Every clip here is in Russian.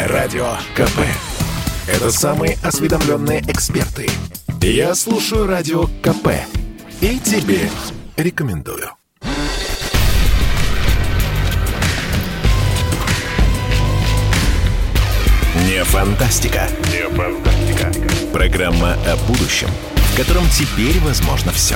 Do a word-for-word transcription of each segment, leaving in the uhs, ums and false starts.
Радио КП. Это самые осведомленные эксперты. Я слушаю Радио КП и тебе рекомендую. Не фантастика. Не фантастика. Программа о будущем, в котором теперь возможно все.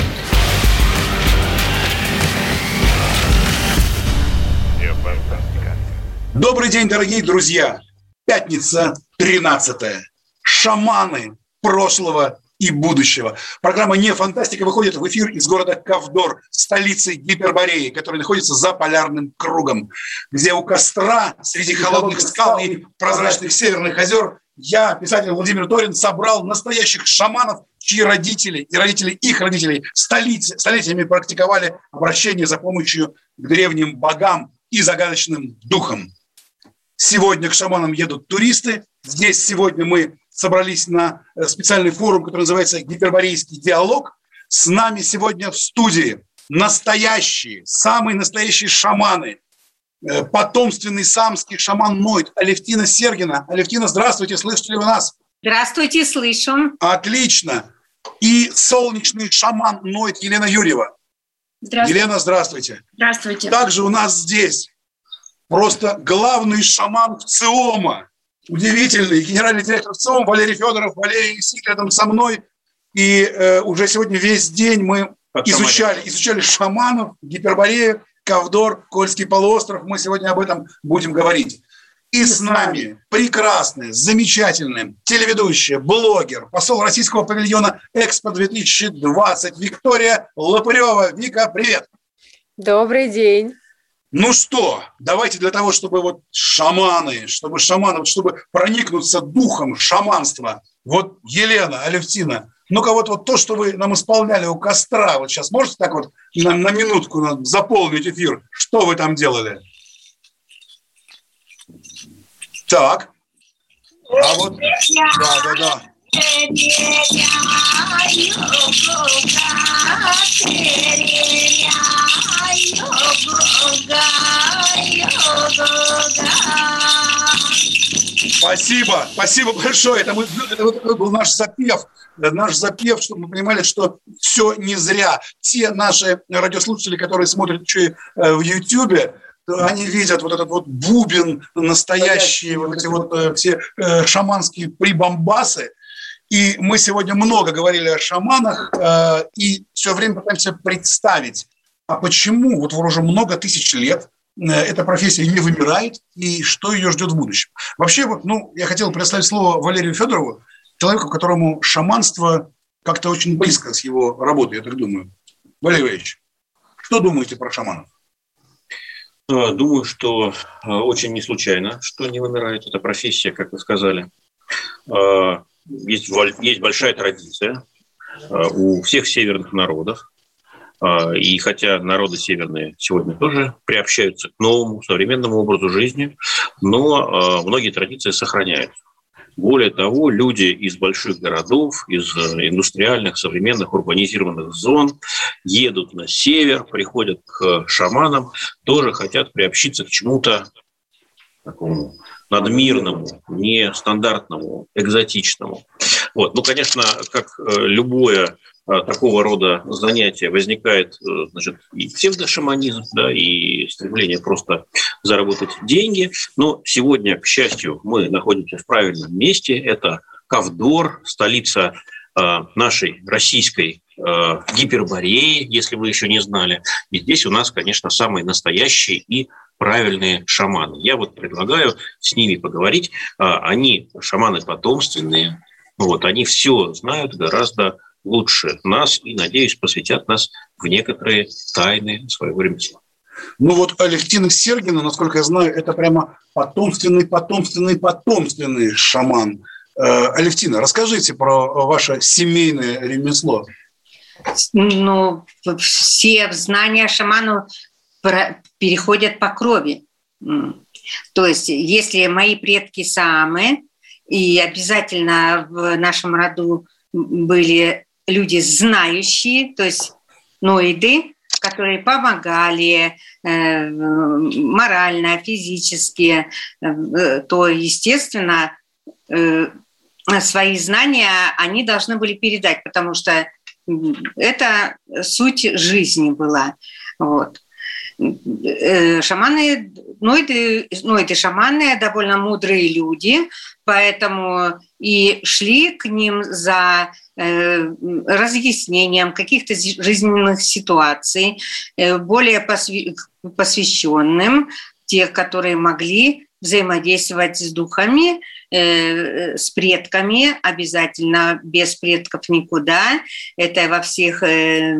Не фантастика. Добрый день, дорогие друзья. Пятница, тринадцатое. Шаманы прошлого и будущего. Программа «Не фантастика» выходит в эфир из города Ковдор, столицы Гипербореи, который находится за полярным кругом, где у костра среди холодных скал и прозрачных северных озер я, писатель Владимир Торин, собрал настоящих шаманов, чьи родители и родители их родителей столетиями, столетиями практиковали обращение за помощью к древним богам и загадочным духам. Сегодня к шаманам едут туристы. Здесь сегодня мы собрались на специальный форум, который называется «Гиперборейский диалог». С нами сегодня в студии настоящие, самые настоящие шаманы. Потомственный самский шаман Нойт Алевтина Сергина. Алевтина, здравствуйте, слышите ли вы нас? Здравствуйте, слышу. Отлично. И солнечный шаман Нойт Елена Юрьева. Здравствуйте. Елена, здравствуйте. Здравствуйте. Также у нас здесь просто главный шаман ВЦИОМа, удивительный генеральный директор ВЦИОМа Валерий Федоров. Валерий сидит рядом со мной. И э, уже сегодня весь день мы изучали, изучали шаманов, Гиперборею, Ковдор, Кольский полуостров. Мы сегодня об этом будем говорить. И с нами прекрасная, замечательная телеведущая, блогер, посол российского павильона Экспо две тысячи двадцать Виктория Лопырева. Вика, привет! Добрый день! Ну что, давайте для того, чтобы вот шаманы, чтобы шаманы, чтобы проникнуться духом шаманства. Вот Елена, Алевтина, ну-ка вот, вот то, что вы нам исполняли у костра, вот сейчас можете так вот на, на минутку нам заполнить эфир? Что вы там делали? Так. А вот, да, да, да. Спасибо, спасибо большое. Это, мы, это вот был наш запев, наш запев, чтобы мы понимали, что все не зря. Те наши радиослушатели, которые смотрят еще и в Ютьюбе, они видят вот этот вот бубен, настоящие вот эти вот все шаманские прибамбасы. И мы сегодня много говорили о шаманах и все время пытаемся представить, а почему вот уже много тысяч лет эта профессия не вымирает и что ее ждет в будущем. Вообще, вот, ну, я хотел предоставить слово Валерию Федорову, человеку, которому шаманство как-то очень близко с его работой, я так думаю. Валерий Валерьевич, что думаете про шаманов? Думаю, что очень не случайно, что не вымирает эта профессия, как вы сказали. Есть, есть большая традиция у всех северных народов. И хотя народы северные сегодня тоже приобщаются к новому, современному образу жизни, но многие традиции сохраняются. Более того, люди из больших городов, из индустриальных, современных, урбанизированных зон едут на север, приходят к шаманам, тоже хотят приобщиться к чему-то такому надмирному, нестандартному, экзотичному. Вот. Ну, конечно, как любое такого рода занятие возникает, значит, и псевдошаманизм, да, и стремление просто заработать деньги. Но сегодня, к счастью, мы находимся в правильном месте. Это Ковдор, столица э, нашей российской э, Гипербореи, если вы еще не знали. И здесь у нас, конечно, самые настоящие и правильные шаманы. Я вот предлагаю с ними поговорить. Они шаманы потомственные. Вот, они все знают гораздо лучше нас и, надеюсь, посвятят нас в некоторые тайны своего ремесла. Ну вот Алевтина Сергина, насколько я знаю, это прямо потомственный, потомственный, потомственный шаман. Алевтина, расскажите про ваше семейное ремесло. Ну, все знания шаману переходят по крови. То есть, если мои предки самы, и обязательно в нашем роду были люди знающие, то есть ноиды, которые помогали э, морально, физически, э, то, естественно, э, свои знания они должны были передать, потому что это суть жизни была. Вот. Шаманы, нойды, нойды шаманы довольно мудрые люди, поэтому и шли к ним за э, разъяснением каких-то жизненных ситуаций, э, более посвя- посвященным, те, которые могли взаимодействовать с духами, э, с предками, обязательно без предков никуда. Это во всех э,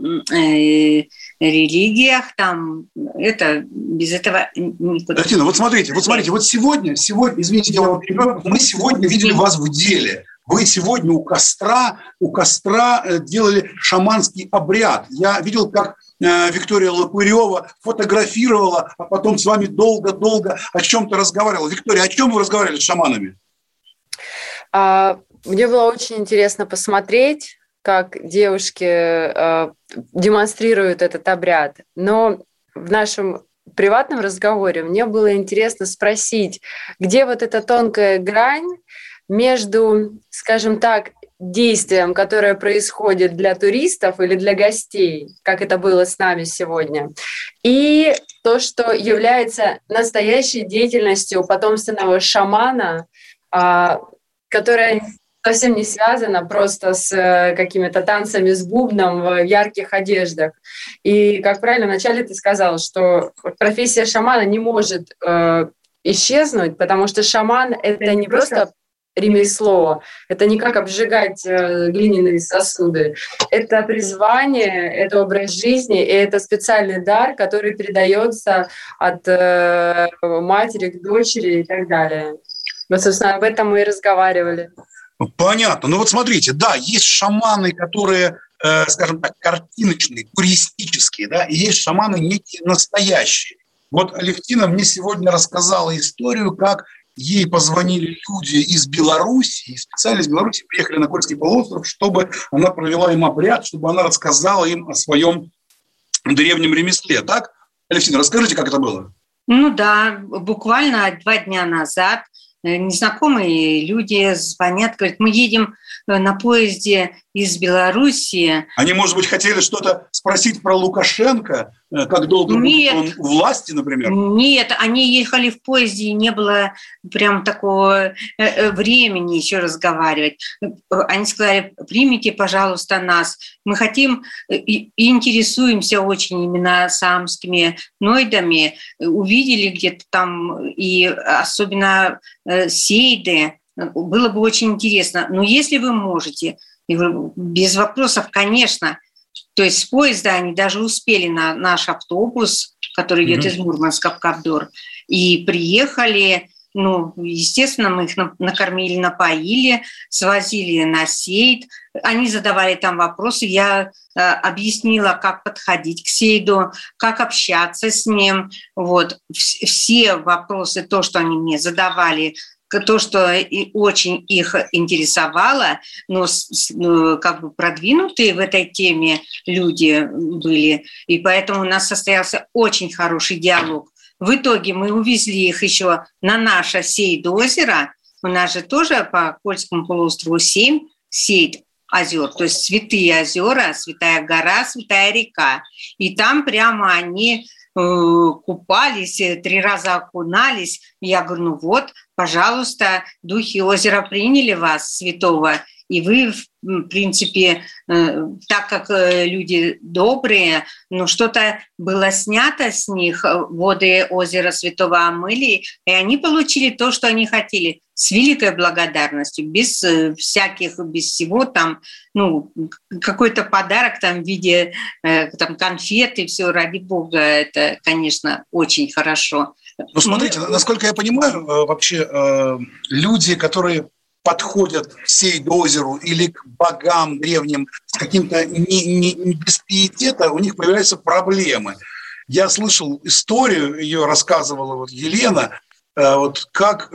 э, религиях, там это без этого никуда. Татьяна, вот смотрите, вот смотрите, вот сегодня, сегодня, извините, я вам перебью, мы сегодня видели вас в деле. Вы сегодня у костра, у костра делали шаманский обряд. Я видел, как Виктория Лопырева фотографировала, а потом с вами долго-долго о чем-то разговаривала. Виктория, о чем вы разговаривали с шаманами? А, мне было очень интересно посмотреть, как девушки э, демонстрируют этот обряд. Но в нашем приватном разговоре мне было интересно спросить, где вот эта тонкая грань между, скажем так, действием, которое происходит для туристов или для гостей, как это было с нами сегодня, и то, что является настоящей деятельностью потомственного шамана, которая совсем не связана просто с какими-то танцами с бубном в ярких одеждах. И, как правильно вначале ты сказал, что профессия шамана не может э, исчезнуть, потому что шаман — это не просто ремесло, это не как обжигать э, глиняные сосуды. Это призвание, это образ жизни, и это специальный дар, который передается от э, матери к дочери и так далее. Вот, собственно, об этом мы и разговаривали. Понятно. Ну вот смотрите, да, есть шаманы, которые, э, скажем так, картиночные, туристические, да, и есть шаманы некие настоящие. Вот Алевтина мне сегодня рассказала историю, как ей позвонили люди из Беларуси, и специально из Беларуси приехали на Кольский полуостров, чтобы она провела им обряд, чтобы она рассказала им о своем древнем ремесле. Так? Алевтина, расскажите, как это было? Ну да, буквально два дня назад незнакомые люди звонят, говорят, мы едем на поезде из Белоруссии. Они, может быть, хотели что-то спросить про Лукашенко, как долго будет он у власти, например? Нет, они ехали в поезде, и не было прям такого времени еще разговаривать. Они сказали, примите, пожалуйста, нас. Мы хотим и интересуемся очень именно саамскими нойдами. Увидели где-то там, и особенно сейды. Было бы очень интересно. Но если вы можете, без вопросов, конечно. То есть с поезда они даже успели на наш автобус, который идет mm-hmm. из Мурманска в Ковдор, и приехали. Ну, естественно, мы их накормили, напоили, свозили на сейд. Они задавали там вопросы. Я э, объяснила, как подходить к сейду, как общаться с ним. Вот. Все вопросы, то, что они мне задавали, то, что и очень их интересовало, но как бы продвинутые в этой теме люди были, и поэтому у нас состоялся очень хороший диалог. В итоге мы увезли их еще на наше сейд-озеро. У нас же тоже по Кольскому полуострову семь сейд-озер, то есть святые озера, святая гора, святая река. И там прямо они купались, три раза окунались. Я говорю, ну вот, пожалуйста, духи озера приняли вас, святого, и вы, в принципе, так как люди добрые, но что-то было снято с них, воды озера Святого омыли, и они получили то, что они хотели, с великой благодарностью, без всяких, без всего там, ну, какой-то подарок там в виде там, конфет и все, ради Бога, это, конечно, очень хорошо. Ну, смотрите, Мы... насколько я понимаю, вообще люди, которые подходят к сейд-озеру или к богам древним с каким-то не, не, не без пиетета, у них появляются проблемы. Я слышал историю, ее рассказывала вот Елена, вот как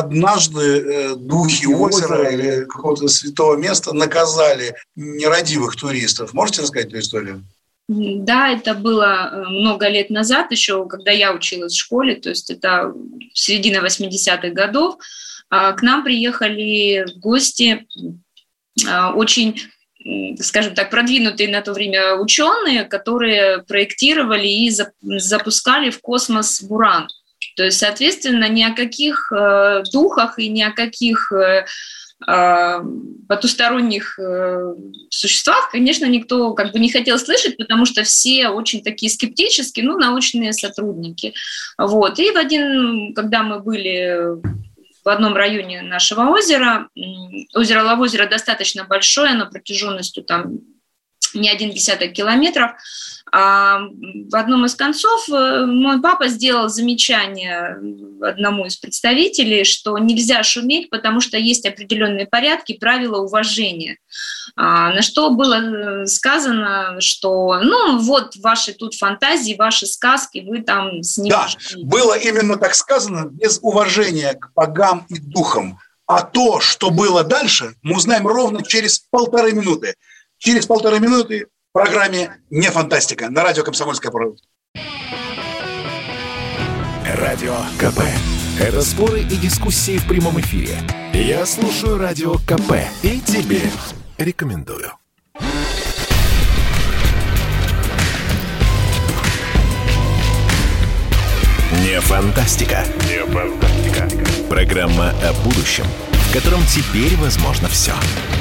однажды духи озера или какого-то святого места наказали нерадивых туристов. Можете рассказать эту историю? Да, это было много лет назад, еще когда я училась в школе, то есть это середина восьмидесятых годов. К нам приехали гости очень, скажем так, продвинутые на то время ученые, которые проектировали и запускали в космос Буран. То есть, соответственно, ни о каких духах и ни о каких потусторонних существах, конечно, никто как бы не хотел слышать, потому что все очень такие скептические, ну, научные сотрудники. Вот. И в один, когда мы были в одном районе нашего озера, озеро Лавозеро достаточно большое, оно протяженностью там не один десяток километров, а в одном из концов мой папа сделал замечание одному из представителей, что нельзя шуметь, потому что есть определенные порядки, правила уважения. А, на что было сказано, что ну вот ваши тут фантазии, ваши сказки, вы там с ними... Да, было именно так сказано, без уважения к богам и духам. А то, что было дальше, мы узнаем ровно через полторы минуты. Через полторы минуты в программе «Не фантастика» на радио «Комсомольская правда». Радио КП. Это споры и дискуссии в прямом эфире. Я слушаю Радио КП и тебе рекомендую. Не фантастика. Не фантастика. Программа о будущем, в котором теперь возможно все.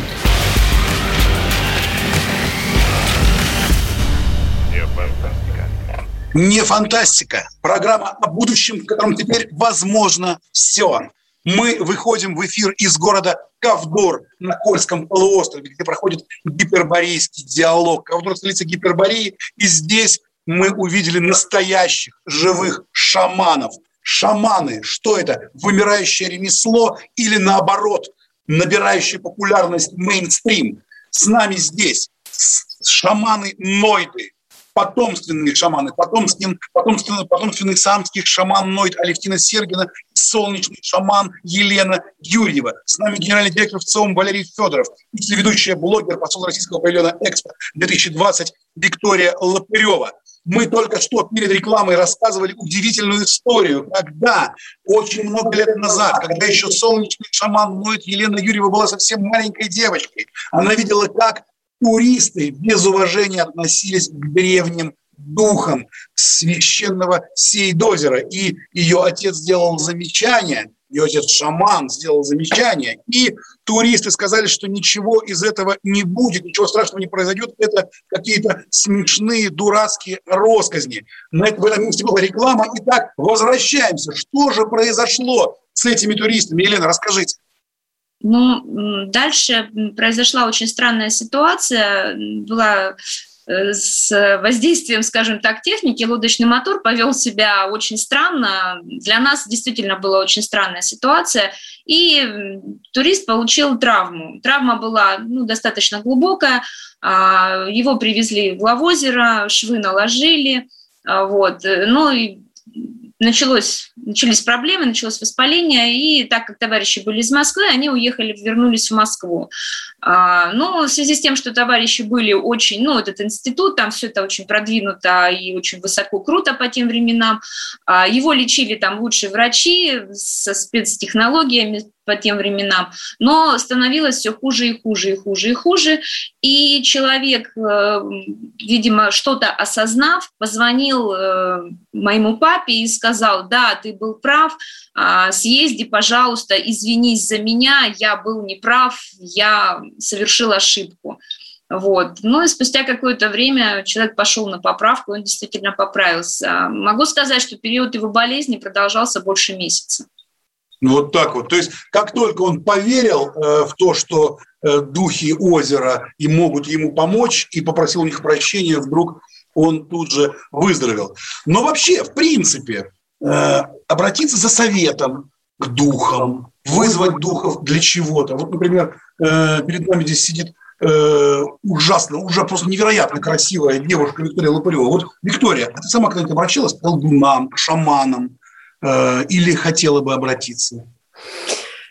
Не фантастика. Программа о будущем, в котором теперь возможно все. Мы выходим в эфир из города Ковдор на Кольском полуострове, где проходит гиперборейский диалог. Ковдор – столица Гипербореи. И здесь мы увидели настоящих живых шаманов. Шаманы – что это? Вымирающее ремесло или наоборот, набирающее популярность мейнстрим? С нами здесь шаманы-ноиды. Потомственные шаманы, потомственный, потомственный, потомственный самских шаман Ноид Алевтина Сергина и солнечный шаман Елена Юрьева. С нами генеральный директор ВЦИОМ Валерий Федоров и телеведущая блогер, посол российского павильона Экспо две тысячи двадцать Виктория Лопырева. Мы только что перед рекламой рассказывали удивительную историю, когда очень много лет назад, когда еще солнечный шаман Ноид Елена Юрьева была совсем маленькой девочкой, она видела, как туристы без уважения относились к древним духам священного Сейдозера. И ее отец сделал замечание, ее отец-шаман сделал замечание, и туристы сказали, что ничего из этого не будет, ничего страшного не произойдет, это какие-то смешные, дурацкие россказни. На этом, в этом месте была реклама. Итак, возвращаемся. Что же произошло с этими туристами? Елена, расскажите. Ну, дальше произошла очень странная ситуация, была с воздействием, скажем так, техники, лодочный мотор повел себя очень странно. Для нас действительно была очень странная ситуация, и турист получил травму. Травма была ну, достаточно глубокая, его привезли в Лавозеро, швы наложили, вот, ну и Началось, начались проблемы, началось воспаление, и так как товарищи были из Москвы, они уехали, вернулись в Москву. А, ну, в связи с тем, что товарищи были очень, ну, этот институт, там все это очень продвинуто и очень высоко, круто по тем временам. А, его лечили там лучшие врачи со спецтехнологиями по тем временам, но становилось все хуже и хуже, и хуже, и хуже. И человек, видимо, что-то осознав, позвонил моему папе и сказал: да, ты был прав, съезди, пожалуйста, извинись за меня, я был неправ, я совершил ошибку. Вот. Ну и спустя какое-то время человек пошел на поправку, он действительно поправился. Могу сказать, что период его болезни продолжался больше месяца. Ну, вот так вот. То есть, как только он поверил э, в то, что э, духи озера и могут ему помочь, и попросил у них прощения, вдруг он тут же выздоровел. Но вообще, в принципе, э, обратиться за советом к духам, вызвать духов для чего-то. Вот, например, э, перед нами здесь сидит э, ужасно, уже просто невероятно красивая девушка Виктория Лопырева. Вот, Виктория, а ты сама когда-нибудь обращалась к колдунам, к шаманам? Или хотела бы обратиться?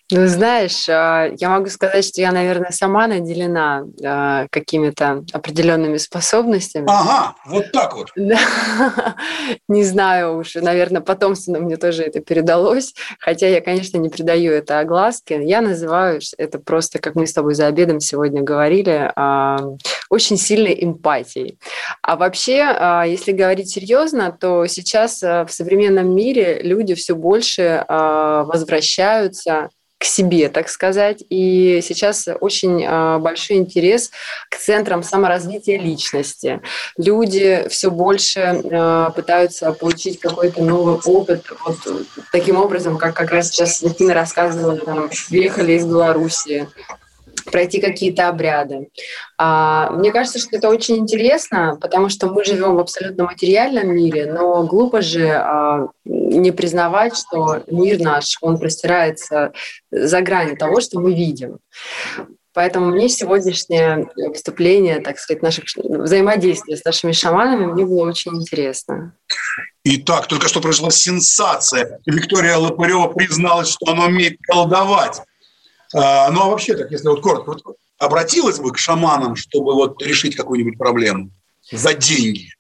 Ну, знаешь, я могу сказать, что я, наверное, сама наделена какими-то определенными способностями. Ага, вот так вот. Да. Не знаю уж, наверное, потомственно мне тоже это передалось, хотя я, конечно, не придаю это огласке. Я называю это просто, как мы с тобой за обедом сегодня говорили, очень сильной эмпатией. А вообще, если говорить серьезно, то сейчас в современном мире люди все больше возвращаются к себе, так сказать. И сейчас очень большой интерес к центрам саморазвития личности. Люди все больше пытаются получить какой-то новый опыт. Вот таким образом, как как раз сейчас Валентина рассказывала, там, приехали из Беларуси, пройти какие-то обряды. Мне кажется, что это очень интересно, потому что мы живем в абсолютно материальном мире, но глупо же не признавать, что мир наш, он простирается за грани того, что мы видим. Поэтому мне сегодняшнее выступление, так сказать, наших взаимодействия с нашими шаманами, мне было очень интересно. Итак, только что произошла сенсация. Виктория Лопарева призналась, что она умеет колдовать. А, ну, а вообще, так, если вот коротко, вот, обратилась бы к шаманам, чтобы вот решить какую-нибудь проблему за деньги?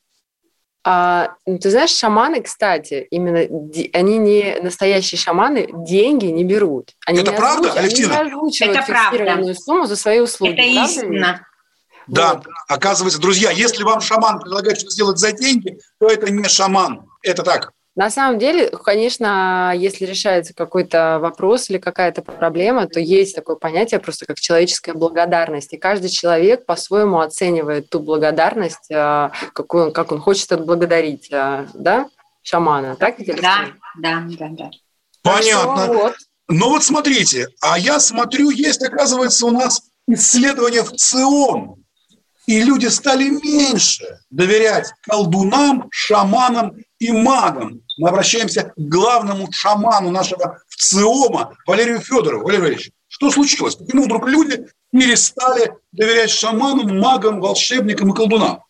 А, ты знаешь, шаманы, кстати, именно они не настоящие шаманы, деньги не берут. Они Это не правда, озвучивают, Алевтина? Они не озвучивают Это фиксированную правда. сумму за свои услуги. Это правда истина. Да, Вот. оказывается, друзья, если вам шаман предлагает что-то сделать за деньги, то это не шаман, это так. На самом деле, конечно, если решается какой-то вопрос или какая-то проблема, то есть такое понятие просто как человеческая благодарность. И каждый человек по-своему оценивает ту благодарность, какую он, как он хочет отблагодарить, да, шамана. Так ведь, Да, да, да, да. Понятно. Что, вот. Ну вот смотрите, а я смотрю, есть, оказывается, у нас исследования в ЦИОМ. И люди стали меньше доверять колдунам, шаманам и магам. Мы обращаемся к главному шаману нашего ВЦИОМа Валерию Федорову. Валерий Валерьевич, что случилось? Почему вдруг люди перестали доверять шаманам, магам, волшебникам и колдунам?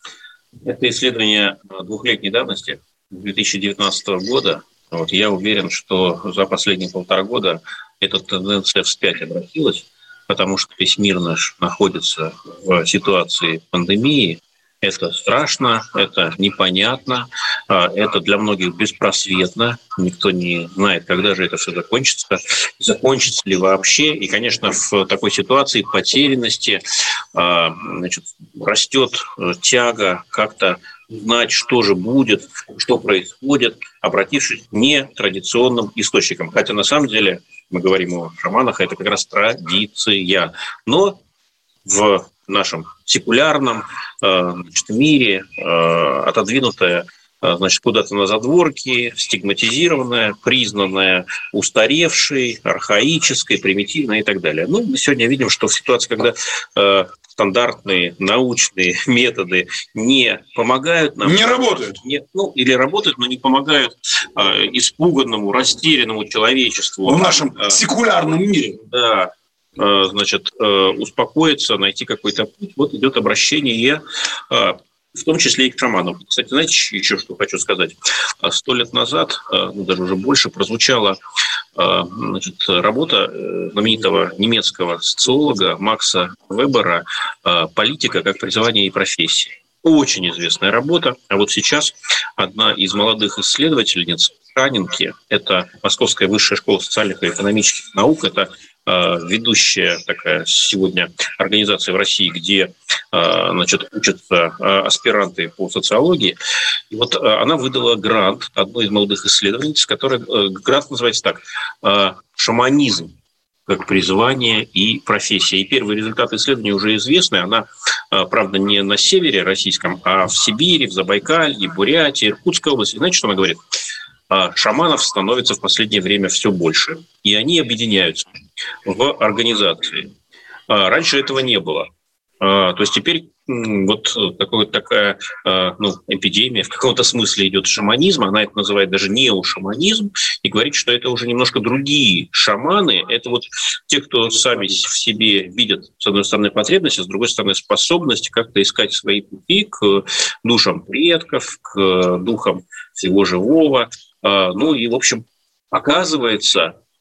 Это исследование двухлетней давности, две тысячи девятнадцатого года. Вот, я уверен, что за последние полтора года эта тенденция вспять обратилась, потому что весь мир наш находится в ситуации пандемии. Это страшно, это непонятно, это для многих беспросветно. Никто не знает, когда же это все закончится, закончится ли вообще. И, конечно, в такой ситуации потерянности, значит, растет тяга как-то знать, что же будет, что происходит, обратившись к нетрадиционным источникам. Хотя на самом деле мы говорим о шаманах, это как раз традиция. Но в нашем секулярном значит, мире отодвинутая, значит, куда-то на задворки, стигматизированная, признанная устаревшей, архаической, примитивной и так далее. Ну, мы сегодня видим, что в ситуации, когда э, стандартные научные методы не помогают нам... Не работают. Не, ну, или работают, но не помогают э, испуганному, растерянному человечеству. В нашем э, секулярном мире. Да. Значит, успокоиться, найти какой-то путь. Вот идет обращение, в том числе и к шаманам. Кстати, знаете, еще что хочу сказать. Сто лет назад, ну, даже уже больше, прозвучала, значит, работа знаменитого немецкого социолога Макса Вебера «Политика как призвание и профессия». Очень известная работа. А вот сейчас одна из молодых исследовательниц Шанинки, это Московская высшая школа социальных и экономических наук, это ведущая такая сегодня организация в России, где, значит, учатся аспиранты по социологии. И вот она выдала грант одной из молодых исследовательниц, который грант называется так «Шаманизм как призвание и профессия». И первые результаты исследования уже известны. Она, правда, не на севере российском, а в Сибири, в Забайкалье, Бурятии, Иркутской области. Знаете, что она говорит? Шаманов становится в последнее время все больше, и они объединяются в организации. Раньше этого не было. То есть теперь вот такая, такая ну, эпидемия в каком-то смысле идет шаманизм, она это называет даже неошаманизм, и говорит, что это уже немножко другие шаманы. Это вот те, кто сами в себе видят, с одной стороны, потребности, с другой стороны, способность как-то искать свои пути к душам предков, к духам всего живого. Ну и, в общем, оказывается,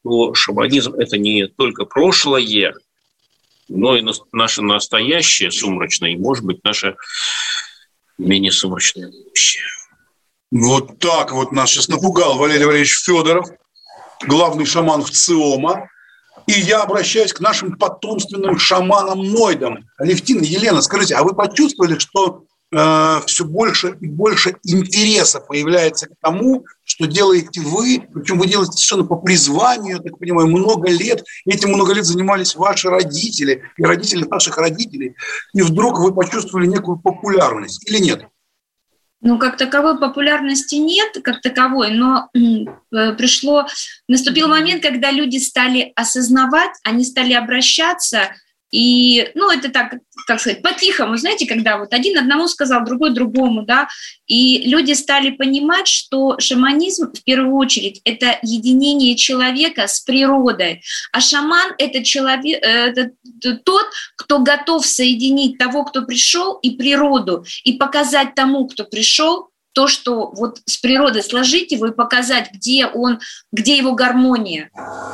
что шаманизм – это не только прошлое, но и наше настоящее сумрачное, и, может быть, наше менее сумрачное будущее. Вот так вот нас сейчас напугал Валерий Валерьевич Федоров, главный шаман ВЦИОМа. И я обращаюсь к нашим потомственным шаманам-нойдам. Алевтина, Елена, скажите, а вы почувствовали, что э, все больше и больше интереса появляется к тому, что делаете вы, причем вы делаете совершенно по призванию, я так понимаю, много лет, этим много лет занимались ваши родители и родители наших родителей, и вдруг вы почувствовали некую популярность или нет? Ну, как таковой популярности нет, как таковой, но пришло, наступил момент, когда люди стали осознавать, они стали обращаться, и, ну, это так, как сказать, по-тихому, знаете, когда вот один одному сказал, другой другому, да, и люди стали понимать, что шаманизм, в первую очередь, это единение человека с природой, а шаман – это человек, это тот, кто готов соединить того, кто пришел, и природу, и показать тому, кто пришел, то, что вот с природой сложить его и показать, где он, где его гармония.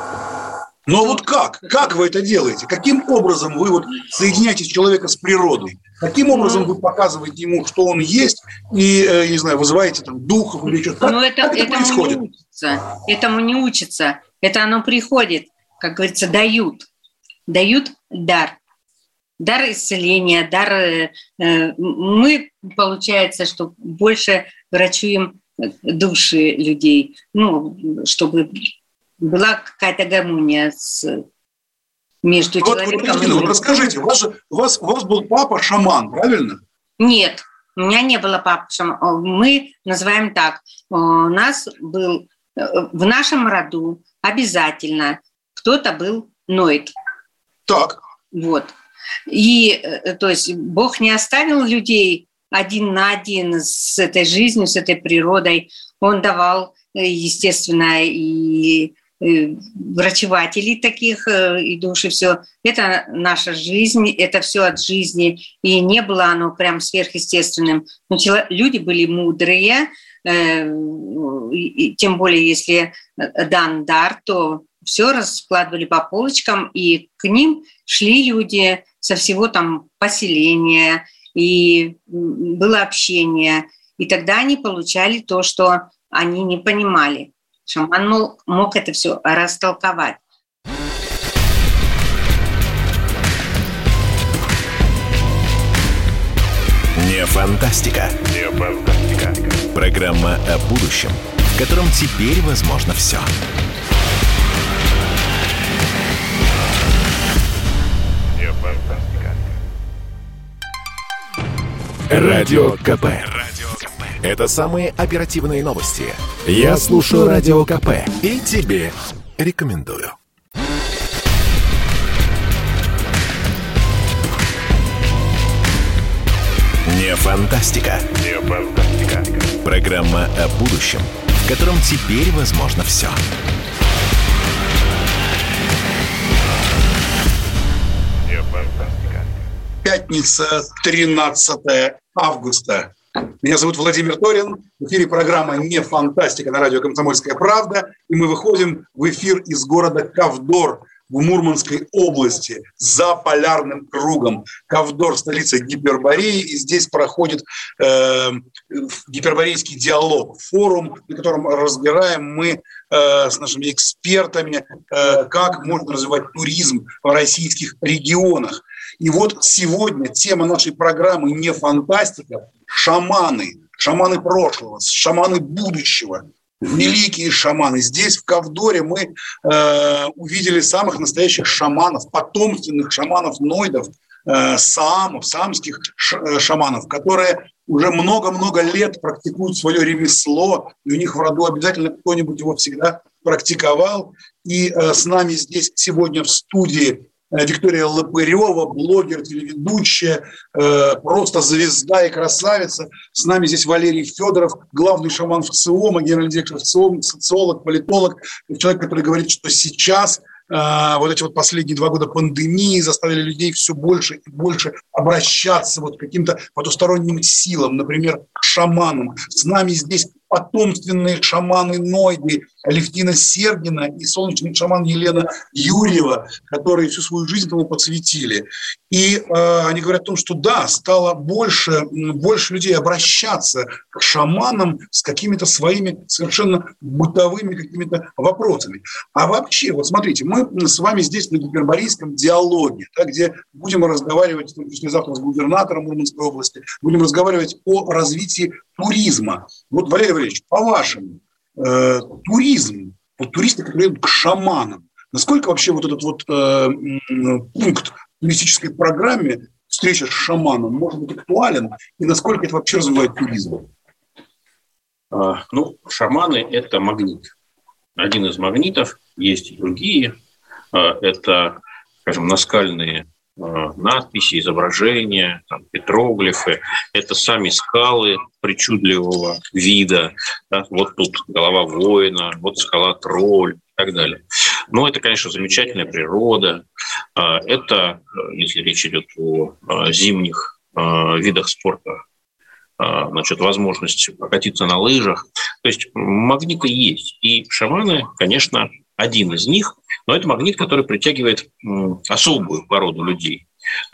Но вот как? Как вы это делаете? Каким образом вы вот соединяете человека с природой? Каким образом вы показываете ему, что он есть, и, э, не знаю, вызываете там духов или что-то? Но это, как это этому происходит? не учится. Этому не учится. Это оно приходит, как говорится, дают. Дают дар. Дар исцеления, дар... Э, мы, получается, что больше врачуем души людей, ну, чтобы... была какая-то гармония с, между вот, человеком вот, и... Вот расскажите, у вас, же, у, вас, у вас был папа шаман, правильно? Нет, у меня не было папы шамана. Мы называем так. У нас был в нашем роду обязательно кто-то был нойд. Так. Вот. И, то есть, Бог не оставил людей один на один с этой жизнью, с этой природой. Он давал, естественно, и врачевателей таких, и души, все. Это наша жизнь, это все от жизни, и не было оно прям сверхъестественным. Но люди были мудрые, и тем более, если дан дар, то все раскладывали по полочкам, и к ним шли люди со всего там поселения, и было общение, и тогда они получали то, что они не понимали. Шаман мог, мог это все растолковать. Не фантастика. Не фантастика. Программа о будущем, в котором теперь возможно все. Не фантастика. Радио КП. Это самые оперативные новости. Я слушаю Радио КП и тебе рекомендую. Не фантастика. Не фантастика. Программа о будущем, в котором теперь возможно все. Не фантастика. Пятница, тринадцатое августа. Меня зовут Владимир Торин. В эфире программа «Не фантастика» на радио «Комсомольская правда». И мы выходим в эфир из города Ковдор в Мурманской области за полярным кругом. Ковдор – столица Гипербореи. И здесь проходит э, гиперборейский диалог, форум, на котором разбираем мы э, с нашими экспертами, э, как можно развивать туризм в российских регионах. И вот сегодня тема нашей программы «Не фантастика» – шаманы, шаманы прошлого, шаманы будущего, великие шаманы. Здесь, в Ковдоре, мы э, увидели самых настоящих шаманов, потомственных шаманов-нойдов, э, саамов, саамских шаманов, которые уже много-много лет практикуют свое ремесло, и у них в роду обязательно кто-нибудь его всегда практиковал. И э, с нами здесь сегодня в студии Виктория Лопырева, блогер, телеведущая, э, просто звезда и красавица. С нами здесь Валерий Федоров, главный шаман ВЦИОМа, генеральный директор ВЦИОМа, социолог, политолог, человек, который говорит, что сейчас э, вот эти вот последние два года пандемии заставили людей все больше и больше обращаться вот к каким-то потусторонним силам, например, к шаманам. С нами здесь потомственные шаманы Нойды, Алевтина Сергина и солнечный шаман Елена Юрьева, которые всю свою жизнь этому посвятили. И э, они говорят о том, что да, стало больше, больше людей обращаться к шаманам с какими-то своими совершенно бытовыми какими-то вопросами. А вообще, вот смотрите, мы с вами здесь на гиперборейском диалоге, да, где будем разговаривать, послезавтра, с губернатором Мурманской области, будем разговаривать о развитии туризма. Вот, Валерий Валерьевич, по-вашему, э, туризм, вот туристы, которые идут к шаманам, насколько вообще вот этот вот э, пункт в туристической программе встреча с шаманом может быть актуален, и насколько это вообще развивает туризм? А, ну, шаманы – это магнит. Один из магнитов, есть и другие. А, это, скажем, наскальные надписи, изображения, там, петроглифы. Это сами скалы причудливого вида. Да? Вот тут голова воина, вот скала тролль и так далее. Но это, конечно, замечательная природа. Это, если речь идет о зимних видах спорта, значит, возможность прокатиться на лыжах. То есть магниты есть. И шаманы, конечно, один из них, но это магнит, который притягивает особую породу людей,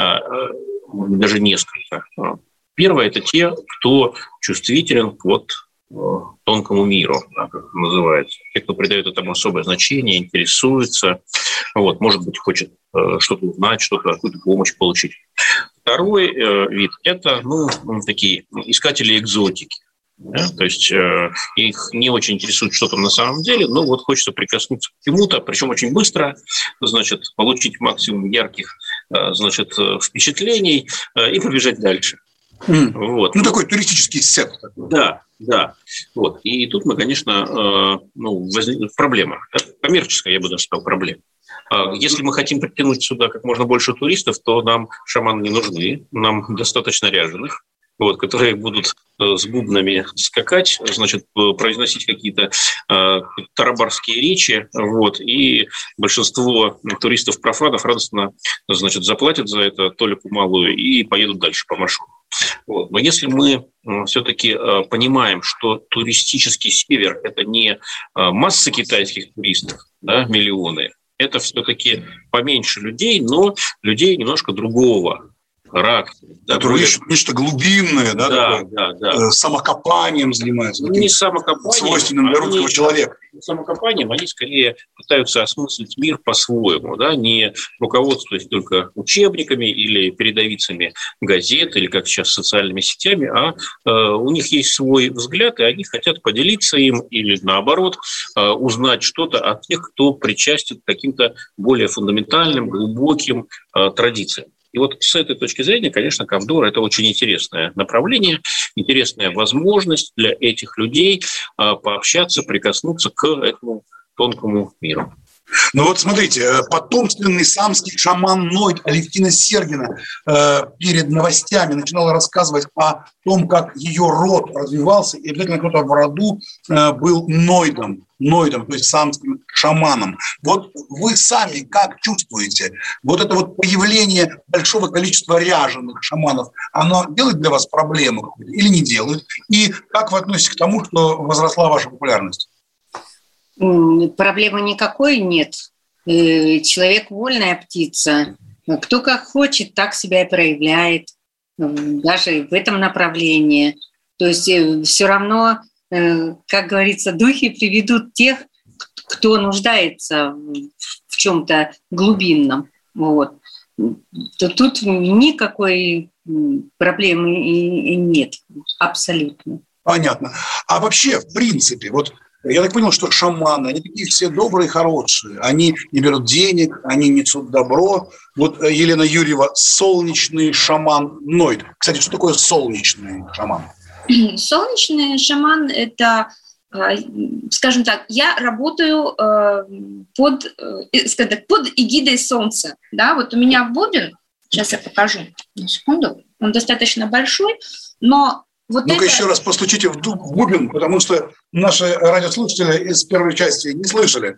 даже несколько. Первое – это те, кто чувствителен к вот тонкому миру, как это называется. Те, кто придает этому особое значение, интересуется, вот, может быть, хочет что-то узнать, что-то, какую-то помощь получить. Второй вид – это ну, такие искатели экзотики. Да? То есть э, их не очень интересует, что там на самом деле, но вот хочется прикоснуться к чему-то, причем очень быстро, значит, получить максимум ярких э, значит, впечатлений э, и побежать дальше. Mm. Вот. Ну, такой туристический сет. Да, да. Вот. И тут мы, конечно, э, ну, возник... проблема. Коммерческая, я бы даже сказал, проблема. Если мы хотим притянуть сюда как можно больше туристов, то нам шаманы не нужны, нам достаточно ряженых. Вот, которые будут с бубнами скакать, значит, произносить какие-то э, тарабарские речи, вот, и большинство туристов-профанов радостно, значит, заплатят за это толику малую и поедут дальше по маршруту. Вот. Но если мы все-таки э, понимаем, что туристический север – это не э, масса китайских туристов, да, миллионы, это все-таки поменьше людей, но людей немножко другого характер. Которые ищут нечто глубинное, да, да, такое, да, да. самокопанием занимаются. Не самокопанием. Свойственным для русского они, человека. Самокопанием они скорее пытаются осмыслить мир по-своему, да, не руководствуясь только учебниками или передовицами газет, или, как сейчас, социальными сетями, а э, у них есть свой взгляд, и они хотят поделиться им или, наоборот, э, узнать что-то от тех, кто причастен к каким-то более фундаментальным, глубоким э, традициям. И вот с этой точки зрения, конечно, Ковдор – это очень интересное направление, интересная возможность для этих людей пообщаться, прикоснуться к этому тонкому миру. Ну вот смотрите, потомственный самский шаман Нойд Алевтина Сергина э, перед новостями начинала рассказывать о том, как ее род развивался, и обязательно кто-то в роду э, был Нойдом, Нойдом, то есть самским шаманом. Вот вы сами как чувствуете, вот это вот появление большого количества ряженых шаманов, оно делает для вас проблему или не делает? И как вы относитесь к тому, что возросла ваша популярность? Проблемы никакой нет. Человек вольная птица. Кто как хочет, так себя и проявляет. Даже в этом направлении. То есть все равно, как говорится, духи приведут тех, кто нуждается в чем-то глубинном. Вот. То тут никакой проблемы нет. Абсолютно. Понятно. А вообще, в принципе, вот я так понял, что шаманы, они такие все добрые, хорошие. Они не берут денег, они несут добро. Вот Елена Юрьева – солнечный шаман Нойд. Кстати, что такое солнечный шаман? Солнечный шаман – это, скажем так, я работаю под, скажем так, под эгидой солнца. Да, вот у меня бубен, сейчас я покажу, на секунду, он достаточно большой, но вот Ну-ка это... еще раз постучите в бубен, потому что наши радиослушатели из первой части не слышали.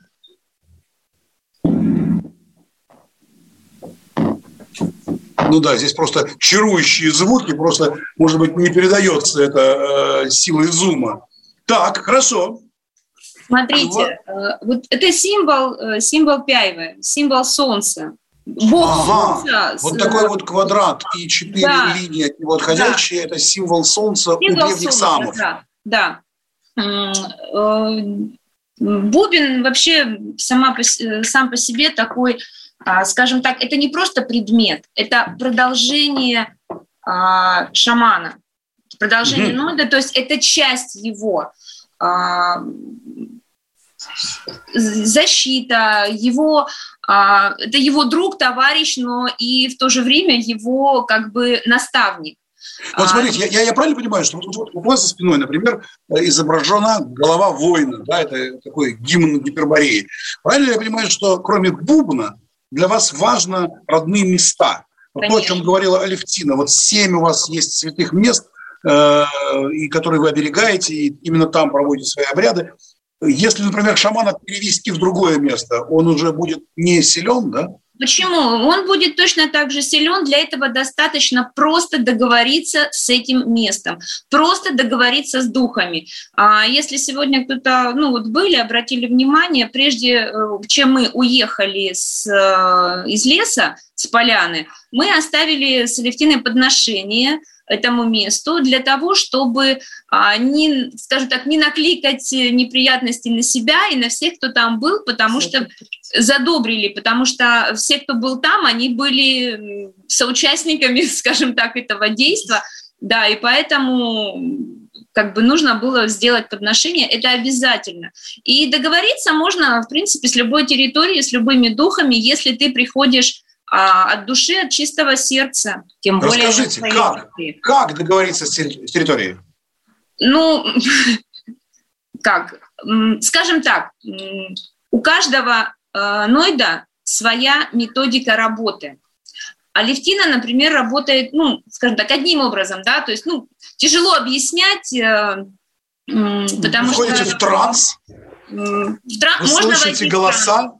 Ну да, здесь просто чарующие звуки, просто, может быть, не передается это э, силой зума. Так, хорошо. Смотрите, вот, вот это символ, символ Пяйвы, символ солнца. Бог ага. солнца. Вот такой вот квадрат и четыре да. линии от него отходящие, да. это символ солнца символ у древних солнца, самов. Да, да. Бубен вообще сама по, сам по себе такой, скажем так, это не просто предмет, это продолжение шамана, продолжение mm-hmm. нода, то есть это часть его. Защита, его, это его друг, товарищ, но и в то же время его как бы наставник. Вот смотрите, я, я правильно понимаю, что вот, вот у вас за спиной, например, изображена голова воина, да, это такой гимн Гипербореи. Правильно я понимаю, что кроме бубна для вас важно родные места? Вот то, о чем говорила Алевтина, вот семь у вас есть святых мест, э, и которые вы оберегаете, и именно там проводите свои обряды. Если, например, шамана перевести в другое место, он уже будет не силен, да? Почему? Он будет точно так же силен. Для этого достаточно просто договориться с этим местом, просто договориться с духами. А если сегодня кто-то, ну вот были, обратили внимание, прежде чем мы уехали с, из леса, с поляны, мы оставили с Алевтиной подношение этому месту для того, чтобы а, не, скажем так, не накликать неприятностей на себя и на всех, кто там был, потому что задобрили, потому что все, кто был там, они были соучастниками, скажем так, этого действа, да, и поэтому как бы нужно было сделать подношение, это обязательно. И договориться можно, в принципе, с любой территорией, с любыми духами, если ты приходишь а, от души, от чистого сердца. Тем более расскажите, как, как договориться с территорией? Ну, как? Скажем так, у каждого э, нойда своя методика работы. Алевтина, например, работает, ну, скажем так, одним образом, да, то есть, ну, тяжело объяснять, э, э, потому Вы что... Входите в транс? Э, в транс Вы можно слышите голоса?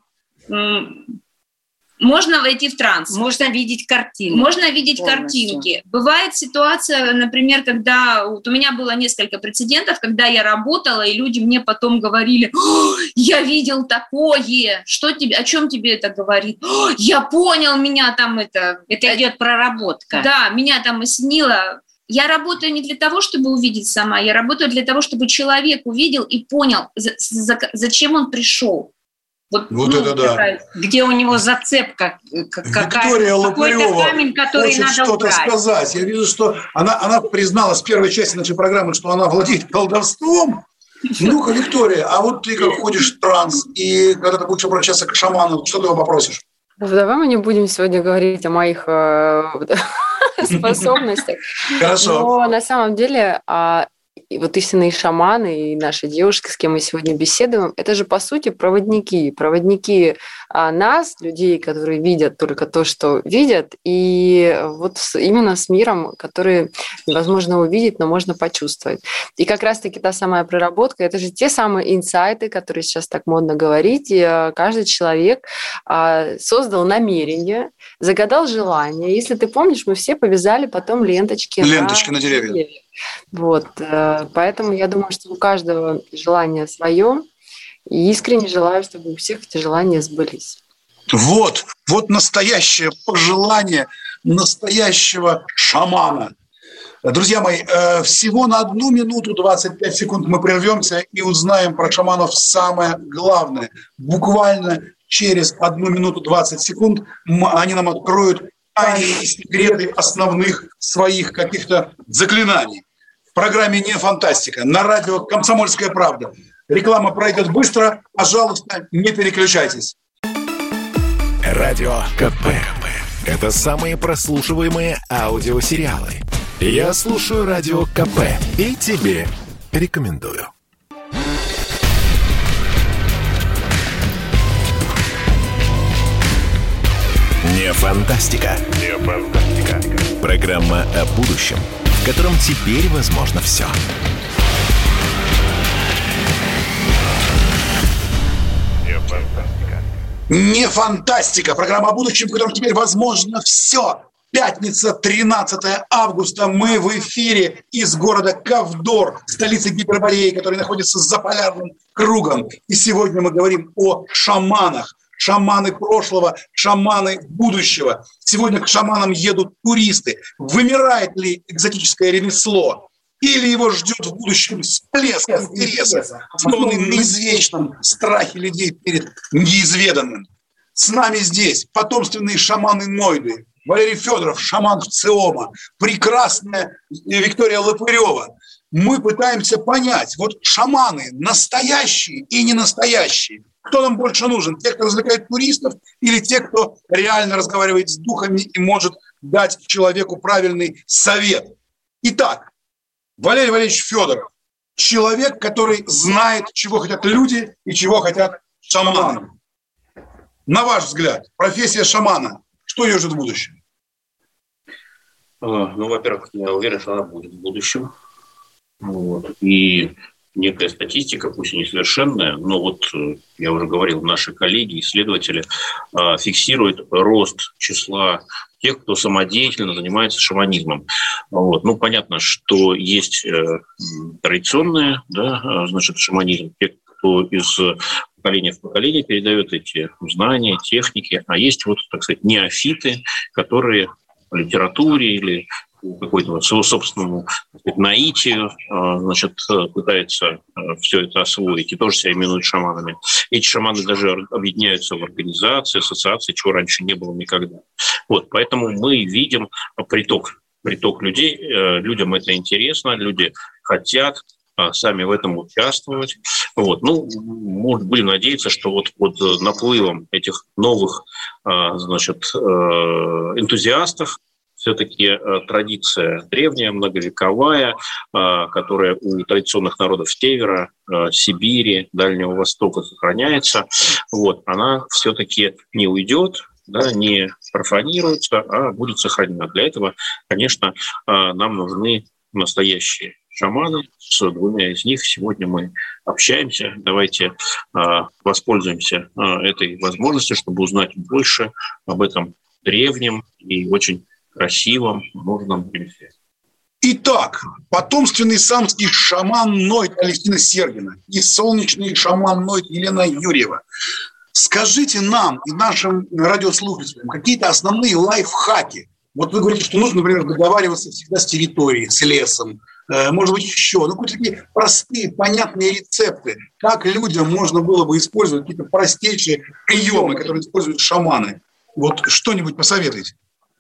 Можно войти в транс. Можно видеть картинки. Можно видеть полностью. картинки. Бывает ситуация, например, когда... Вот у меня было несколько прецедентов, когда я работала, и люди мне потом говорили: я видел такое, что тебе, о чем тебе это говорит? Я понял, меня там это... Это идет проработка. Да, меня там осенило. Я работаю не для того, чтобы увидеть сама, я работаю для того, чтобы человек увидел и понял, за, за, зачем он пришел. Вот, вот ну, это да. Такая... Где у него зацепка, Виктория Лопарева камень, который хочет надо что-то убрать. сказать. Я вижу, что она, она призналась в первой части нашей программы, что она владеет колдовством. Ну-ка, Виктория, а вот ты как ходишь в транс, и когда ты будешь обращаться к шаману, что ты его попросишь? Давай мы не будем сегодня говорить о моих э, способностях. Хорошо. Но на самом деле... И вот истинные шаманы и наши девушки, с кем мы сегодня беседуем, это же, по сути, проводники. Проводники нас, людей, которые видят только то, что видят, и вот именно с миром, который невозможно увидеть, но можно почувствовать. И как раз-таки та самая проработка, это же те самые инсайты, которые сейчас так модно говорить. И каждый человек создал намерение, загадал желание. Если ты помнишь, мы все повязали потом ленточки, ленточки на, на деревья. деревья. Вот, поэтому я думаю, что у каждого желание свое, и искренне желаю, чтобы у всех эти желания сбылись. Вот, вот настоящее пожелание настоящего шамана. Друзья мои, всего на одну минуту двадцать пять секунд мы прервемся и узнаем про шаманов самое главное. Буквально через одну минуту двадцать секунд они нам откроют тайны и секреты основных своих каких-то заклинаний. В программе «Не фантастика» на радио «Комсомольская правда». Реклама пройдет быстро. Пожалуйста, не переключайтесь. Радио КП. Это самые прослушиваемые аудиосериалы. Я слушаю Радио КП и тебе рекомендую. Не фантастика. Не фантастика. Программа о будущем, в котором теперь возможно все. Не фантастика. Не фантастика. Программа о будущем, в котором теперь возможно все. Пятница, тринадцатое августа. Мы в эфире из города Ковдор, столицы Гипербореи, который находится за полярным кругом. И сегодня мы говорим о шаманах. Шаманы прошлого, шаманы будущего. Сегодня к шаманам едут туристы. Вымирает ли экзотическое ремесло? Или его ждет в будущем всплеск интереса, основанный на извечном страхе людей перед неизведанным? С нами здесь потомственные шаманы-нойды. Валерий Федоров, шаман ВЦИОМа, прекрасная Виктория Лопырева. Мы пытаемся понять, вот шаманы настоящие и не настоящие. Кто нам больше нужен? Те, кто развлекает туристов, или те, кто реально разговаривает с духами и может дать человеку правильный совет? Итак, Валерий Валерьевич Федоров, человек, который знает, чего хотят люди и чего хотят шаманы. На ваш взгляд, профессия шамана, что ее ждет в будущем? Ну, во-первых, я уверен, что она будет в будущем. Вот. И некая статистика, пусть и несовершенная, но вот, я уже говорил, наши коллеги, исследователи фиксируют рост числа тех, кто самодеятельно занимается шаманизмом. Вот. Ну, понятно, что есть традиционные, да, значит, шаманизм, те, кто из поколения в поколение передает эти знания, техники, а есть вот, так сказать, неофиты, которые в литературе или какой-то своему собственному, так сказать, наитию, значит, пытаются все это освоить и тоже себя именуют шаманами. Эти шаманы даже объединяются в организации, ассоциации, чего раньше не было никогда. Вот, поэтому мы видим приток, приток людей. Людям это интересно, люди хотят сами в этом участвовать. Вот. Ну, может, будем надеяться, что вот под наплывом этих новых, значит, энтузиастов все-таки традиция древняя, многовековая, которая у традиционных народов Севера, Сибири, Дальнего Востока сохраняется, вот, она все-таки не уйдет, да, не профанируется, а будет сохранена. Для этого, конечно, нам нужны настоящие шаманы. С двумя из них сегодня мы общаемся. Давайте воспользуемся этой возможностью, чтобы узнать больше об этом древнем и очень красивом, нужном ремесле. Итак, потомственный самский шаман-нойд Алевтина Сергина и солнечный шаман-нойд Елена Юрьева. Скажите нам и нашим радиослушателям какие-то основные лайфхаки. Вот вы говорите, что нужно, например, договариваться всегда с территорией, с лесом, может быть, еще. Ну, какие-то такие простые, понятные рецепты. Как людям можно было бы использовать какие-то простейшие приемы, которые используют шаманы. Вот что-нибудь посоветуйте.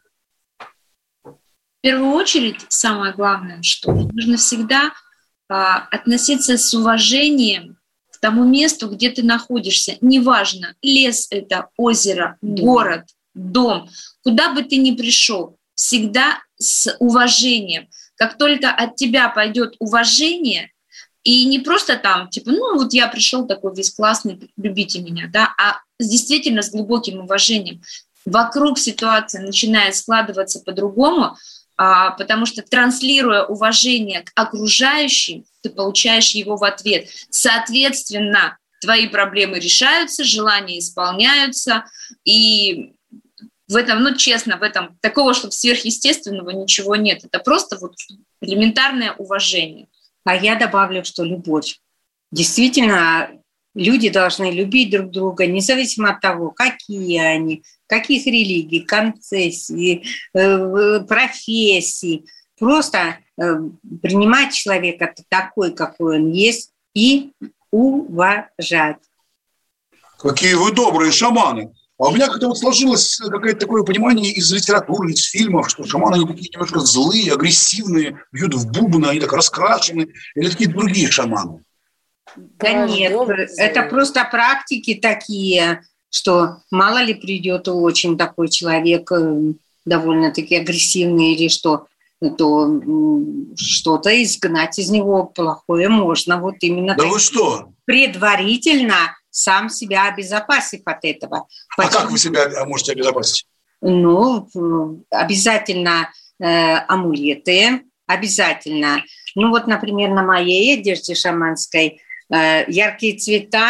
В первую очередь, самое главное, что нужно всегда а, относиться с уважением к тому месту, где ты находишься. Неважно, лес это, озеро, город, дом, куда бы ты ни пришел, всегда с уважением. Как только от тебя пойдет уважение, и не просто там, типа, ну вот я пришел такой весь классный, любите меня, да, а действительно с глубоким уважением. Вокруг ситуация начинает складываться по-другому, а, потому что, транслируя уважение к окружающим, ты получаешь его в ответ. Соответственно, твои проблемы решаются, желания исполняются, и в этом, ну, честно, в этом такого, чтобы сверхъестественного ничего нет. Это просто вот элементарное уважение. А я добавлю, что любовь. Действительно, люди должны любить друг друга, независимо от того, какие они, каких религий, конфессий, профессий. Просто принимать человека такой, какой он есть, и уважать. Какие вы добрые шаманы! А у меня как-то вот сложилось какое-то такое понимание из литературы, из фильмов, что шаманы, они такие немножко злые, агрессивные, бьют в бубны, они так раскрашены, или такие другие шаманы? Да нет, это просто практики такие, что мало ли придет очень такой человек, довольно-таки агрессивный или что, то что-то изгнать из него плохое можно. Вот именно да вы что? Предварительно сам себя обезопасив от этого. А Почему? Как вы себя можете обезопасить? Ну, обязательно э, амулеты, обязательно. Ну вот, например, на моей одежде шаманской э, яркие цвета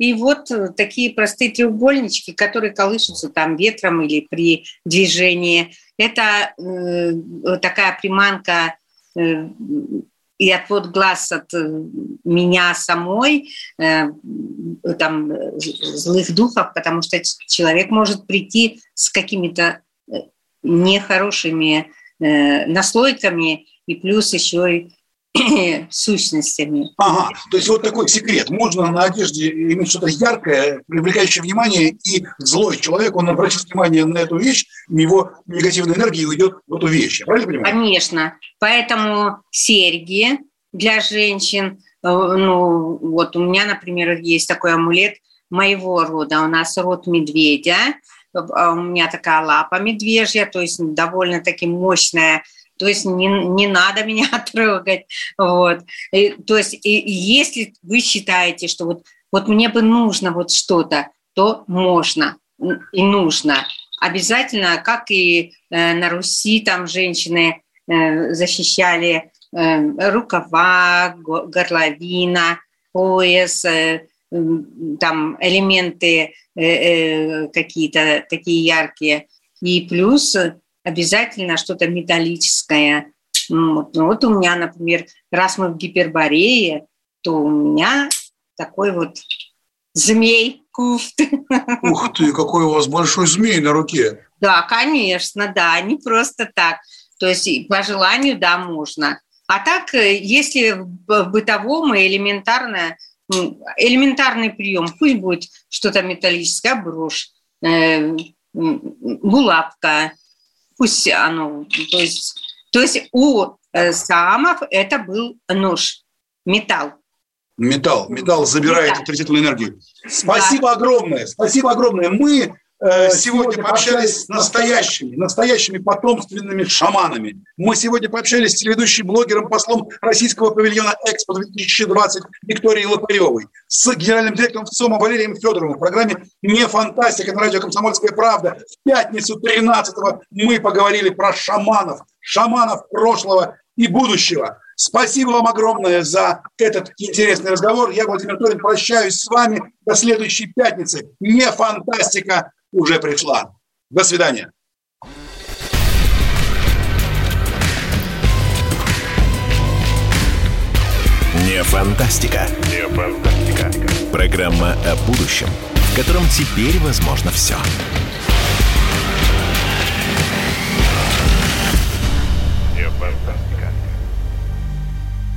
И вот такие простые треугольнички, которые колышутся там ветром или при движении. Это э, такая приманка э, и отвод глаз от меня самой, э, там, злых духов, потому что человек может прийти с какими-то нехорошими э, наслойками и плюс еще и сущностями. Ага, то есть вот такой секрет. Можно на одежде иметь что-то яркое, привлекающее внимание, и злой человек, он обратит внимание на эту вещь, его негативная энергия уйдет в эту вещь. Я правильно понимаю? Конечно. Поэтому серьги для женщин, ну вот у меня, например, есть такой амулет моего рода. У нас род медведя, у меня такая лапа медвежья, то есть довольно-таки мощная. То есть не, не надо меня трогать. Вот. И, то есть и, и если вы считаете, что вот, вот мне бы нужно вот что-то, то можно и нужно. Обязательно, как и э, на Руси, там женщины э, защищали э, рукава, горловина, пояс, э, э, там элементы э, э, какие-то такие яркие. И плюс обязательно что-то металлическое. Вот. Ну, вот у меня, например, раз мы в Гиперборее, то у меня такой вот змей куфт. Ух ты, какой у вас большой змей на руке. Да, конечно, да, не просто так. То есть по желанию, да, можно. А так, если в бытовом и элементарное, элементарный прием, пусть будет что-то металлическое, брошь, э, булавка, пусть оно, то есть, то есть у э, саамов это был нож, металл. Металл, металл забирает металл. отрицательную энергию. Спасибо да. огромное, спасибо огромное. Мы э, сегодня пообщались с настоящими, настоящими потомственными шаманами. Мы сегодня пообщались с телеведущим блогером, послом российского павильона Экспо две тысячи двадцать Викторией Лопаревой, с генеральным директором ВЦИОМа Валерием Федоровым в программе «Не фантастика» на радио «Комсомольская правда». В пятницу тринадцатого мы поговорили про шаманов, шаманов прошлого и будущего. Спасибо вам огромное за этот интересный разговор. Я, Владимир Торин, прощаюсь с вами до следующей пятницы. Не фантастика уже пришла. До свидания. Не фантастика. Не фантастика. Программа о будущем, в котором теперь возможно все.